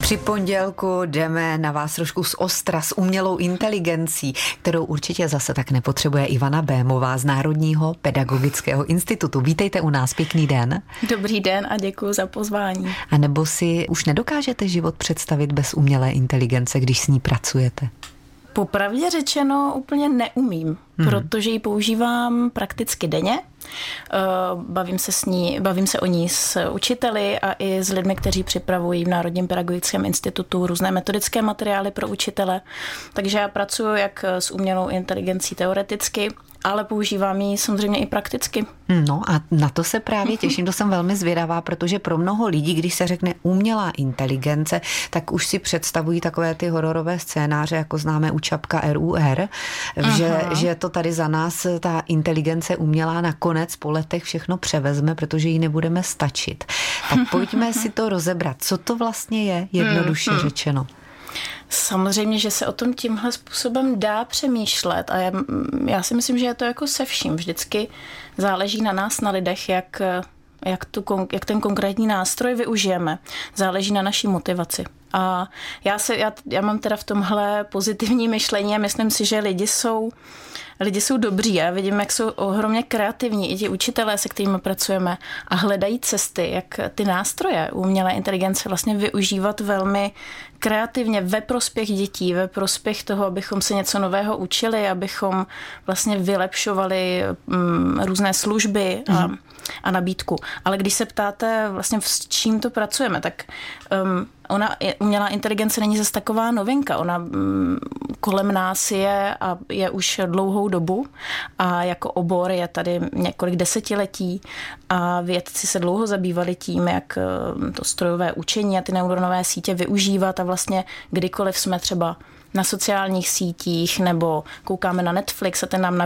Při pondělku jdeme na vás trošku z ostra s umělou inteligencí, kterou určitě zase tak nepotřebuje Ivana Bémová z Národního pedagogického institutu. Vítejte u nás, pěkný den. Dobrý den a děkuji za pozvání. A nebo si už nedokážete život představit bez umělé inteligence, když s ní pracujete? Popravdě řečeno úplně neumím, protože ji používám prakticky denně. Bavím se o ní s učiteli a i s lidmi, kteří připravují v Národním pedagogickém institutu různé metodické materiály pro učitele. Takže já pracuji jak s umělou inteligencí teoreticky, ale používám ji samozřejmě i prakticky. No a na to se právě těším, to jsem velmi zvědavá, protože pro mnoho lidí, když se řekne umělá inteligence, tak už si představují takové ty hororové scénáře, jako známe u Čapka RUR, že to tady za nás ta inteligence umělá nakonec po letech všechno převezme, protože jí nebudeme stačit. Tak pojďme si to rozebrat. Co to vlastně je, jednoduše řečeno? Samozřejmě, že se o tom tímhle způsobem dá přemýšlet a já si myslím, že je to jako se vším. Vždycky záleží na nás, na lidech, jak ten konkrétní nástroj využijeme. Záleží na naší motivaci. A já mám teda v tomhle pozitivní myšlení a myslím si, že lidi jsou dobří a vidím, jak jsou ohromně kreativní, i ti učitelé, se kterými pracujeme a hledají cesty, jak ty nástroje umělé inteligence vlastně využívat velmi kreativně ve prospěch dětí, ve prospěch toho, abychom se něco nového učili, abychom vlastně vylepšovali různé služby a nabídku. Ale když se ptáte vlastně s čím to pracujeme, tak umělá inteligence není zase taková novinka. Ona kolem nás je a je už dlouhou dobu a jako obor je tady několik desetiletí a vědci se dlouho zabývali tím, jak to strojové učení a ty neuronové sítě využívat a vlastně kdykoliv jsme třeba na sociálních sítích nebo koukáme na Netflix a ten nám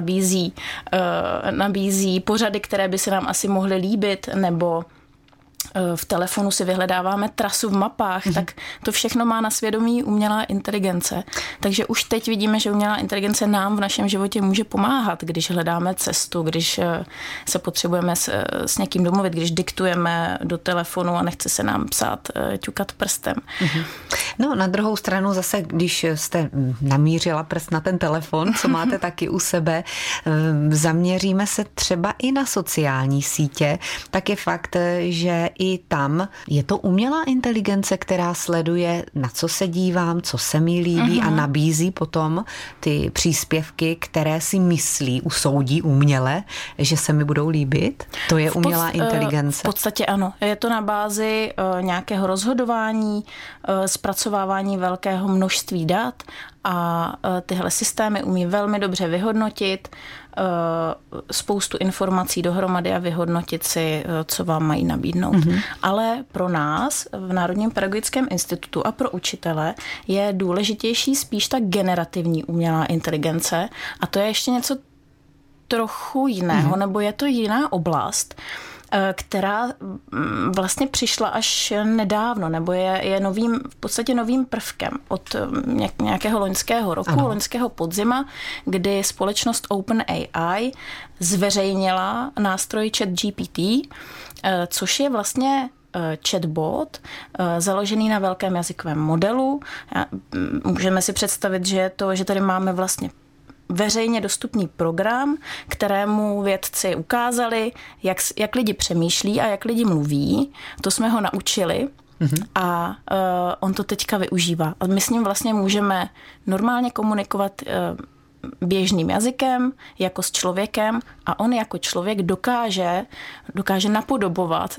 nabízí pořady, které by se nám asi mohly líbit, nebo v telefonu si vyhledáváme trasu v mapách, tak to všechno má na svědomí umělá inteligence. Takže už teď vidíme, že umělá inteligence nám v našem životě může pomáhat, když hledáme cestu, když se potřebujeme s někým domluvit, když diktujeme do telefonu a nechce se nám psát, ťukat prstem. No, na druhou stranu zase, když jste namířila prst na ten telefon, co máte taky u sebe, zaměříme se třeba i na sociální sítě, tak je fakt, že i tam je to umělá inteligence, která sleduje, na co se dívám, co se mi líbí a nabízí potom ty příspěvky, které si myslí, usoudí uměle, že se mi budou líbit. To je umělá inteligence. V podstatě ano. Je to na bázi nějakého rozhodování, zpracovávání velkého množství dat a tyhle systémy umí velmi dobře vyhodnotit spoustu informací dohromady a vyhodnotit si, co vám mají nabídnout. Ale pro nás v Národním pedagogickém institutu a pro učitele je důležitější spíš ta generativní umělá inteligence a to je ještě něco trochu jiného, nebo je to jiná oblast, která vlastně přišla až nedávno, nebo je v podstatě novým prvkem od nějakého loňského roku, loňského podzima, kdy společnost OpenAI zveřejnila nástroj ChatGPT, což je vlastně chatbot založený na velkém jazykovém modelu. Můžeme si představit, že tady máme vlastně veřejně dostupný program, kterému vědci ukázali, jak lidi přemýšlí a jak lidi mluví. To jsme ho naučili a on to teďka využívá. A my s ním vlastně můžeme normálně komunikovat běžným jazykem, jako s člověkem a on jako člověk dokáže napodobovat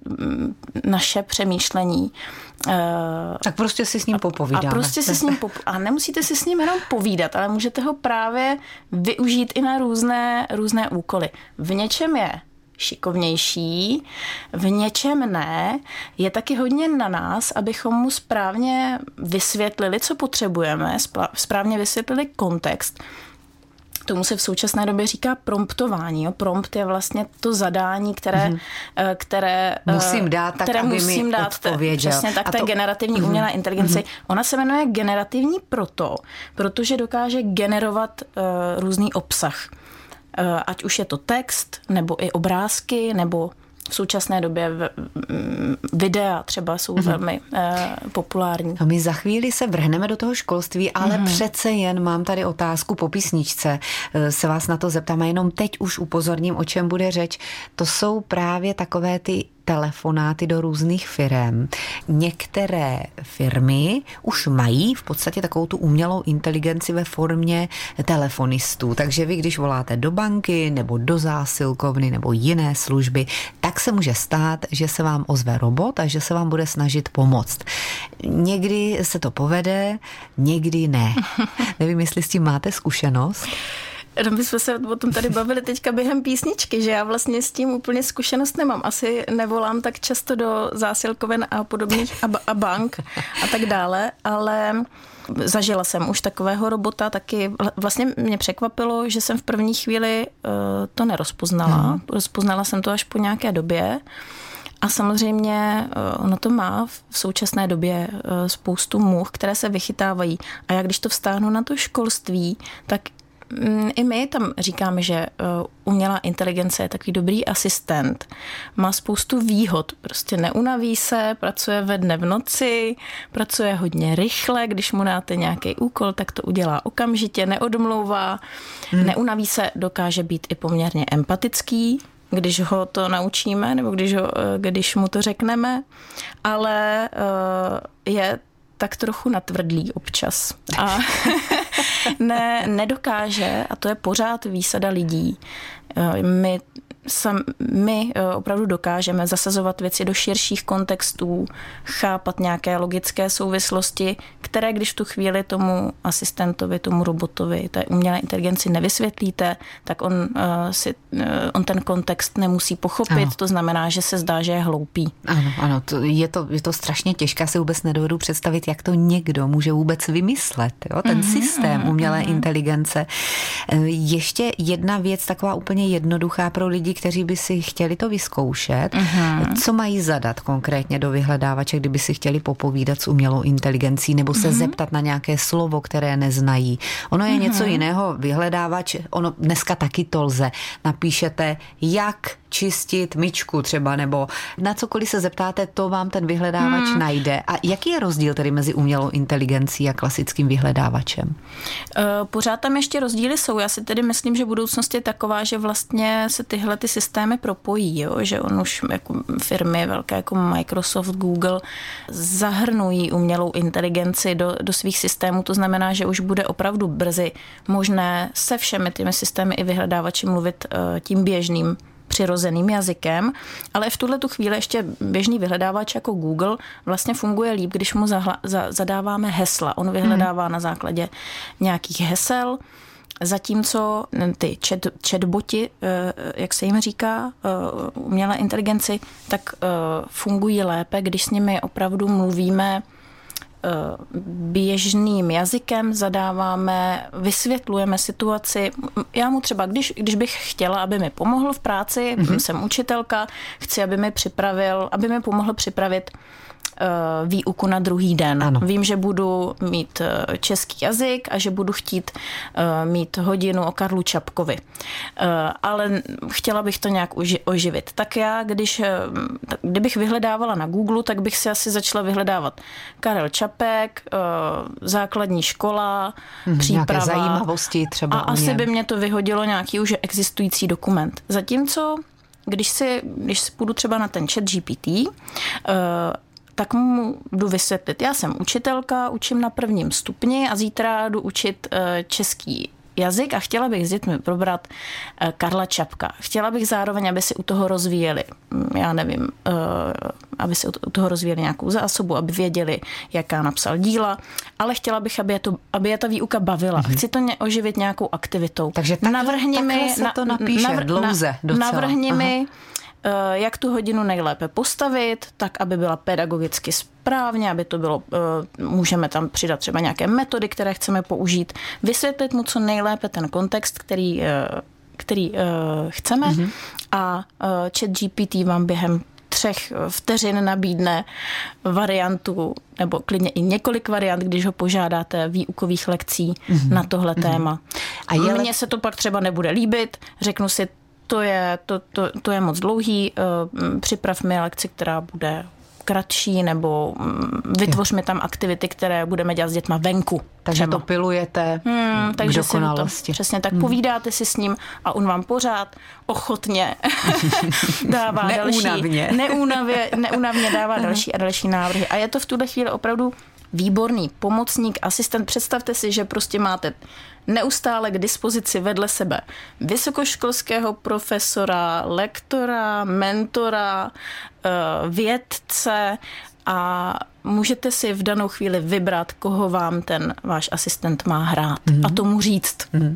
naše přemýšlení. Tak prostě si s ním popovídáme. A nemusíte si s ním jenom povídat, ale můžete ho právě využít i na různé úkoly. V něčem je šikovnější, v něčem ne. Je taky hodně na nás, abychom mu správně vysvětlili, co potřebujeme, správně vysvětlili kontext. Tomu se v současné době říká promptování. Prompt je vlastně to zadání, které musím dát, tak aby mi odpověděl. Přesně tak, to generativní umělá inteligence. Ona se jmenuje generativní protože dokáže generovat různý obsah. Ať už je to text, nebo i obrázky, nebo v současné době videa třeba jsou velmi populární. A my za chvíli se vrhneme do toho školství, ale přece jen mám tady otázku po písničce. Se vás na to zeptám a jenom teď už upozorním, o čem bude řeč. To jsou právě takové ty telefonáty do různých firem. Některé firmy už mají v podstatě takovou tu umělou inteligenci ve formě telefonistů. Takže vy, když voláte do banky nebo do zásilkovny nebo jiné služby, tak se může stát, že se vám ozve robot a že se vám bude snažit pomoct. Někdy se to povede, někdy ne. Nevím, jestli s tím máte zkušenost. My jsme se o tom tady bavili teďka během písničky, že já vlastně s tím úplně zkušenost nemám. Asi nevolám tak často do zásilkoven a podobných a bank a tak dále, ale zažila jsem už takového robota, taky vlastně mě překvapilo, že jsem v první chvíli to nerozpoznala. Rozpoznala jsem to až po nějaké době. A samozřejmě ono to má v současné době spoustu much, které se vychytávají. A já když to vztáhnu na to školství, tak i my tam říkáme, že umělá inteligence je takový dobrý asistent. Má spoustu výhod. Prostě neunaví se, pracuje ve dne v noci, pracuje hodně rychle. Když mu dáte nějaký úkol, tak to udělá okamžitě, neodmlouvá. Neunaví se, dokáže být i poměrně empatický, když ho to naučíme, nebo když mu to řekneme. Ale je tak trochu natvrdlý občas. A nedokáže, a to je pořád výsada lidí. My opravdu dokážeme zasazovat věci do širších kontextů, chápat nějaké logické souvislosti, které když v tu chvíli tomu asistentovi, tomu robotovi, té umělé inteligenci nevysvětlíte, tak on ten kontext nemusí pochopit. Ano. To znamená, že se zdá, že je hloupý. Ano, je to strašně těžké, si vůbec nedovedu představit, jak to někdo může vůbec vymyslet. Jo? Ten systém umělé inteligence. Ještě jedna věc, taková úplně jednoduchá pro lidi, kteří by si chtěli to vyzkoušet. Co mají zadat konkrétně do vyhledávače, kdyby si chtěli popovídat s umělou inteligencí nebo se zeptat na nějaké slovo, které neznají. Ono je něco jiného. Vyhledávač, ono dneska taky to lze. Napíšete, jak čistit myčku třeba, nebo na cokoliv se zeptáte, to vám ten vyhledávač najde. A jaký je rozdíl tedy mezi umělou inteligencí a klasickým vyhledávačem? Pořád tam ještě rozdíly jsou. Já si tedy myslím, že budoucnost je taková, že vlastně se tyhle ty systémy propojí, jo? Že on už jako firmy velké jako Microsoft, Google zahrnují umělou inteligenci do svých systémů. To znamená, že už bude opravdu brzy možné se všemi těmi systémy i vyhledávači mluvit tím běžným přirozeným jazykem, ale v tuhletu chvíli ještě běžný vyhledávač jako Google vlastně funguje líp, když mu zadáváme hesla. On vyhledává na základě nějakých hesel, zatímco ty chatboti, jak se jim říká, umělé inteligenci, tak fungují lépe, když s nimi opravdu mluvíme běžným jazykem, zadáváme, vysvětlujeme situaci. Já mu třeba, když bych chtěla, aby mi pomohl v práci, jsem učitelka, chci, aby mi pomohl připravit výuku na druhý den. Ano. Vím, že budu mít český jazyk a že budu chtít mít hodinu o Karlu Čapkovi. Ale chtěla bych to nějak oživit. Tak já, kdybych vyhledávala na Google, tak bych si asi začala vyhledávat Karel Čapek, základní škola, příprava. Nějaké zajímavosti třeba. A asi by mě to vyhodilo nějaký už existující dokument. Zatímco, když půjdu třeba na ten ChatGPT, tak mu jdu vysvětlit. Já jsem učitelka, učím na 1. stupni a zítra jdu učit český jazyk a chtěla bych s dětmi probrat Karla Čapka. Chtěla bych zároveň, aby si u toho rozvíjeli, já nevím, aby si u toho rozvíjeli nějakou zásobu, aby věděli, jaká napsal díla, ale chtěla bych, aby je ta výuka bavila. Chci to oživit nějakou aktivitou. Takže takhle se to napíše dlouze docela. Navrhni mi, jak tu hodinu nejlépe postavit, tak, aby byla pedagogicky správně, aby to bylo, můžeme tam přidat třeba nějaké metody, které chceme použít, vysvětlit mu co nejlépe ten kontext, který chceme a ChatGPT vám během 3 vteřin nabídne variantu, nebo klidně i několik variant, když ho požádáte výukových lekcí na tohle téma. A mně se to pak třeba nebude líbit, řeknu si, to je moc dlouhý, připrav mi lekci, která bude kratší, nebo vytvoř mi tam aktivity, které budeme dělat s dětma venku. Takže to pilujete k dokonalosti. Přesně tak, povídáte si s ním a on vám pořád ochotně dává neúnavně dává další a další návrhy. A je to v tuhle chvíli opravdu výborný pomocník, asistent. Představte si, že prostě máte neustále k dispozici vedle sebe vysokoškolského profesora, lektora, mentora, vědce a můžete si v danou chvíli vybrat, koho vám ten váš asistent má hrát a tomu říct.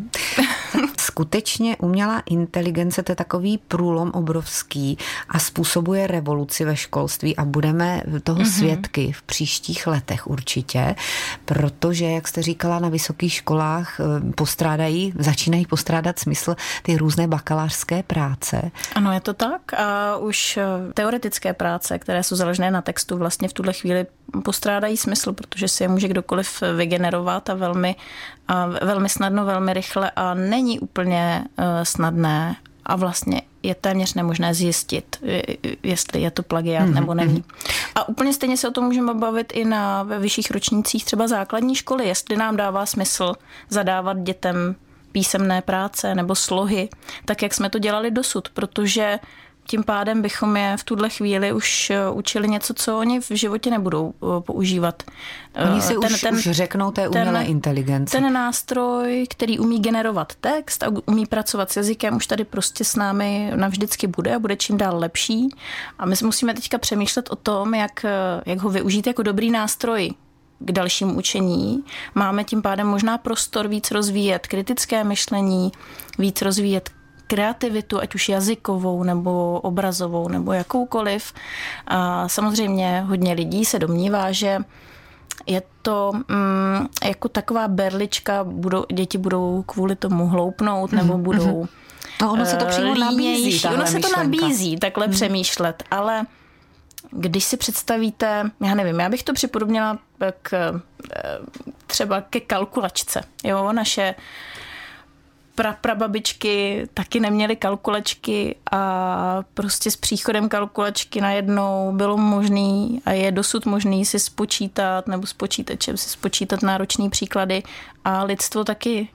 Skutečně umělá inteligence, to je takový průlom obrovský a způsobuje revoluci ve školství a budeme toho svědky v příštích letech určitě, protože, jak jste říkala, na vysokých školách začínají postrádat smysl ty různé bakalářské práce. Ano, je to tak a už teoretické práce, které jsou založené na textu, vlastně v tuhle chvíli postrádají smysl, protože si je může kdokoliv vygenerovat a velmi snadno, velmi rychle a není úplně snadné a vlastně je téměř nemožné zjistit, jestli je to plagiát nebo není. A úplně stejně se o tom můžeme bavit i ve vyšších ročnících třeba základní školy, jestli nám dává smysl zadávat dětem písemné práce nebo slohy, tak jak jsme to dělali dosud, protože tím pádem bychom je v tuhle chvíli už učili něco, co oni v životě nebudou používat. Oni si už řeknou té umělé inteligenci. Ten nástroj, který umí generovat text a umí pracovat s jazykem, už tady prostě s námi navždycky bude a bude čím dál lepší. A my musíme teďka přemýšlet o tom, jak ho využít jako dobrý nástroj k dalšímu učení. Máme tím pádem možná prostor víc rozvíjet kritické myšlení, víc rozvíjet kreativitu, ať už jazykovou nebo obrazovou nebo jakoukoliv. A samozřejmě hodně lidí se domnívá, že je to jako taková berlička, děti budou kvůli tomu hloupnout nebo budou no, ono se to přímo nabízí. Ono se to nabízí takhle přemýšlet, ale když si představíte, já nevím, já bych to připodobnila třeba ke kalkulačce. Jo, naše prababičky taky neměly kalkulačky a prostě s příchodem kalkulačky najednou bylo možný a je dosud možný si spočítat nebo s počítačem si spočítat náročný příklady a lidstvo taky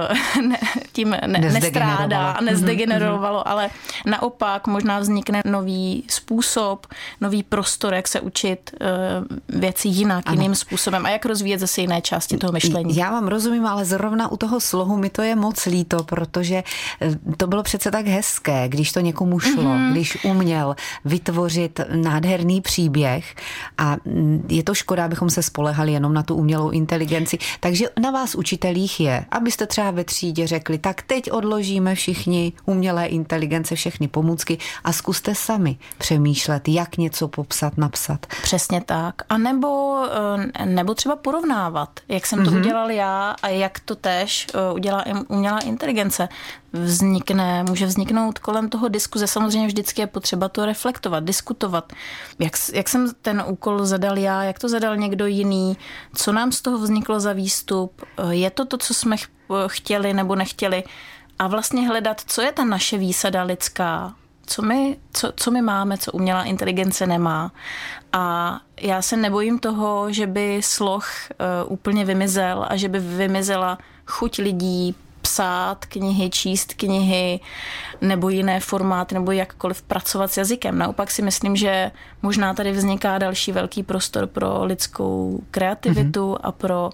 tím nestrádá a nezdegenerovalo, ale naopak možná vznikne nový způsob, nový prostor, jak se učit věci jinak, jiným způsobem a jak rozvíjet zase jiné části toho myšlení. Já vám rozumím, ale zrovna u toho slohu mi to je moc líto, protože to bylo přece tak hezké, když to někomu šlo, když uměl vytvořit nádherný příběh a je to škoda, abychom se spolehali jenom na tu umělou inteligenci. Takže na vás učitelích je, abyste třeba ve třídě řekli, tak teď odložíme všichni umělé inteligence, všechny pomůcky a zkuste sami přemýšlet, jak něco popsat, napsat. Přesně tak. A nebo třeba porovnávat, jak jsem to udělal já a jak to též udělá umělá inteligence. Může vzniknout kolem toho diskuze. Samozřejmě vždycky je potřeba to reflektovat, diskutovat. Jak jsem ten úkol zadal já, jak to zadal někdo jiný, co nám z toho vzniklo za výstup, je to, co jsme chtěli nebo nechtěli a vlastně hledat, co je ta naše výsada lidská, co my máme, co umělá inteligence nemá. A já se nebojím toho, že by sloh úplně vymizel a že by vymizela chuť lidí psát knihy, číst knihy nebo jiné formáty nebo jakkoliv pracovat s jazykem. Naopak si myslím, že možná tady vzniká další velký prostor pro lidskou kreativitu a pro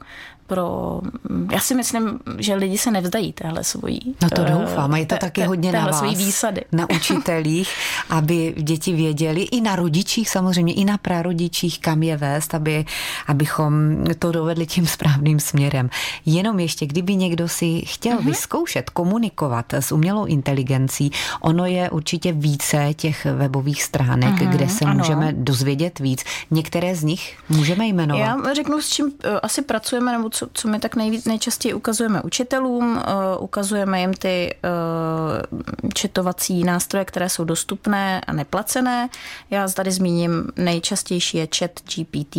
já si myslím, že lidi se nevzdají téhle svojí. No to doufám, a je to taky hodně na vás, výsady. Na učitelích, aby děti věděli, i na rodičích samozřejmě, i na prarodičích, kam je vést, abychom to dovedli tím správným směrem. Jenom ještě, kdyby někdo si chtěl vyzkoušet komunikovat s umělou inteligencí, ono je určitě více těch webových stránek, kde se můžeme dozvědět víc. Některé z nich můžeme jmenovat. Já řeknu, s čím asi pracujeme, nebo co my tak nejčastěji ukazujeme učitelům, ukazujeme jim ty četovací nástroje, které jsou dostupné a neplacené. Já tady zmíním nejčastější je ChatGPT,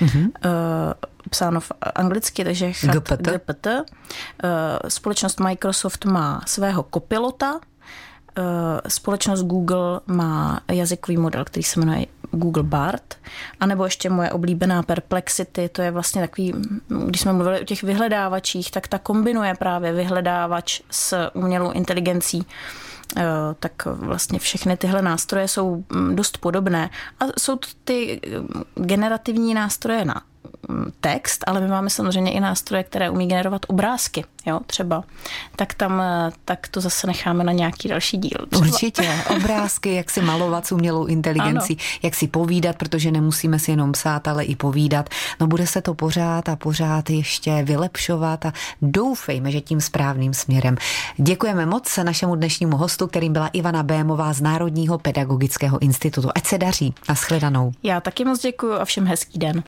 psáno anglicky, takže GPT. Společnost Microsoft má svého kopilota, společnost Google má jazykový model, který se jmenuje Google Bard, anebo ještě moje oblíbená Perplexity, to je vlastně takový, když jsme mluvili o těch vyhledávačích, tak ta kombinuje právě vyhledávač s umělou inteligencí. Tak vlastně všechny tyhle nástroje jsou dost podobné. A jsou to ty generativní nástroje na text, ale my máme samozřejmě i nástroje, které umí generovat obrázky, jo, třeba. Tak to zase necháme na nějaký další díl. Třeba. Určitě. Obrázky, jak si malovat s umělou inteligencí, jak si povídat, protože nemusíme si jenom psát, ale i povídat. No bude se to pořád a pořád ještě vylepšovat a doufejme, že tím správným směrem. Děkujeme moc našemu dnešnímu hostu, kterým byla Ivana Bémová z Národního pedagogického institutu. Ať se daří. Nashledanou. Já taky moc děkuju a všem hezký den.